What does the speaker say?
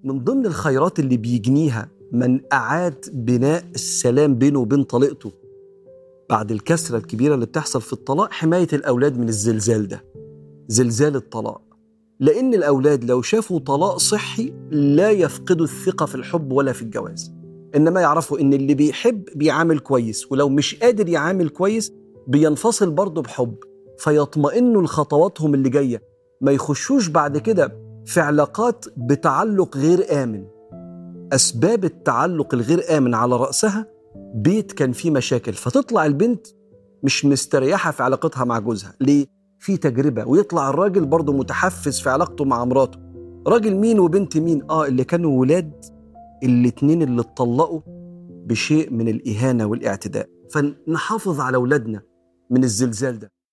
من ضمن الخيرات اللي بيجنيها من أعاد بناء السلام بينه وبين طليقته بعد الكسرة الكبيرة اللي بتحصل في الطلاق، حماية الأولاد من الزلزال ده، زلزال الطلاق. لأن الأولاد لو شافوا طلاق صحي لا يفقدوا الثقة في الحب ولا في الجواز، إنما يعرفوا إن اللي بيحب بيعامل كويس، ولو مش قادر يعامل كويس بينفصل برضه بحب، فيطمئنوا لخطواتهم اللي جاية، ما يخشوش بعد كده في علاقات بتعلق غير آمن. أسباب التعلق الغير آمن على رأسها بيت كان فيه مشاكل، فتطلع البنت مش مستريحة في علاقتها مع جوزها. ليه؟ في تجربة. ويطلع الراجل برضه متحفز في علاقته مع مراته. راجل مين وبنت مين؟ اللي كانوا ولاد الاتنين اللي اتطلقوا بشيء من الإهانة والاعتداء. فنحافظ على ولادنا من الزلزال ده.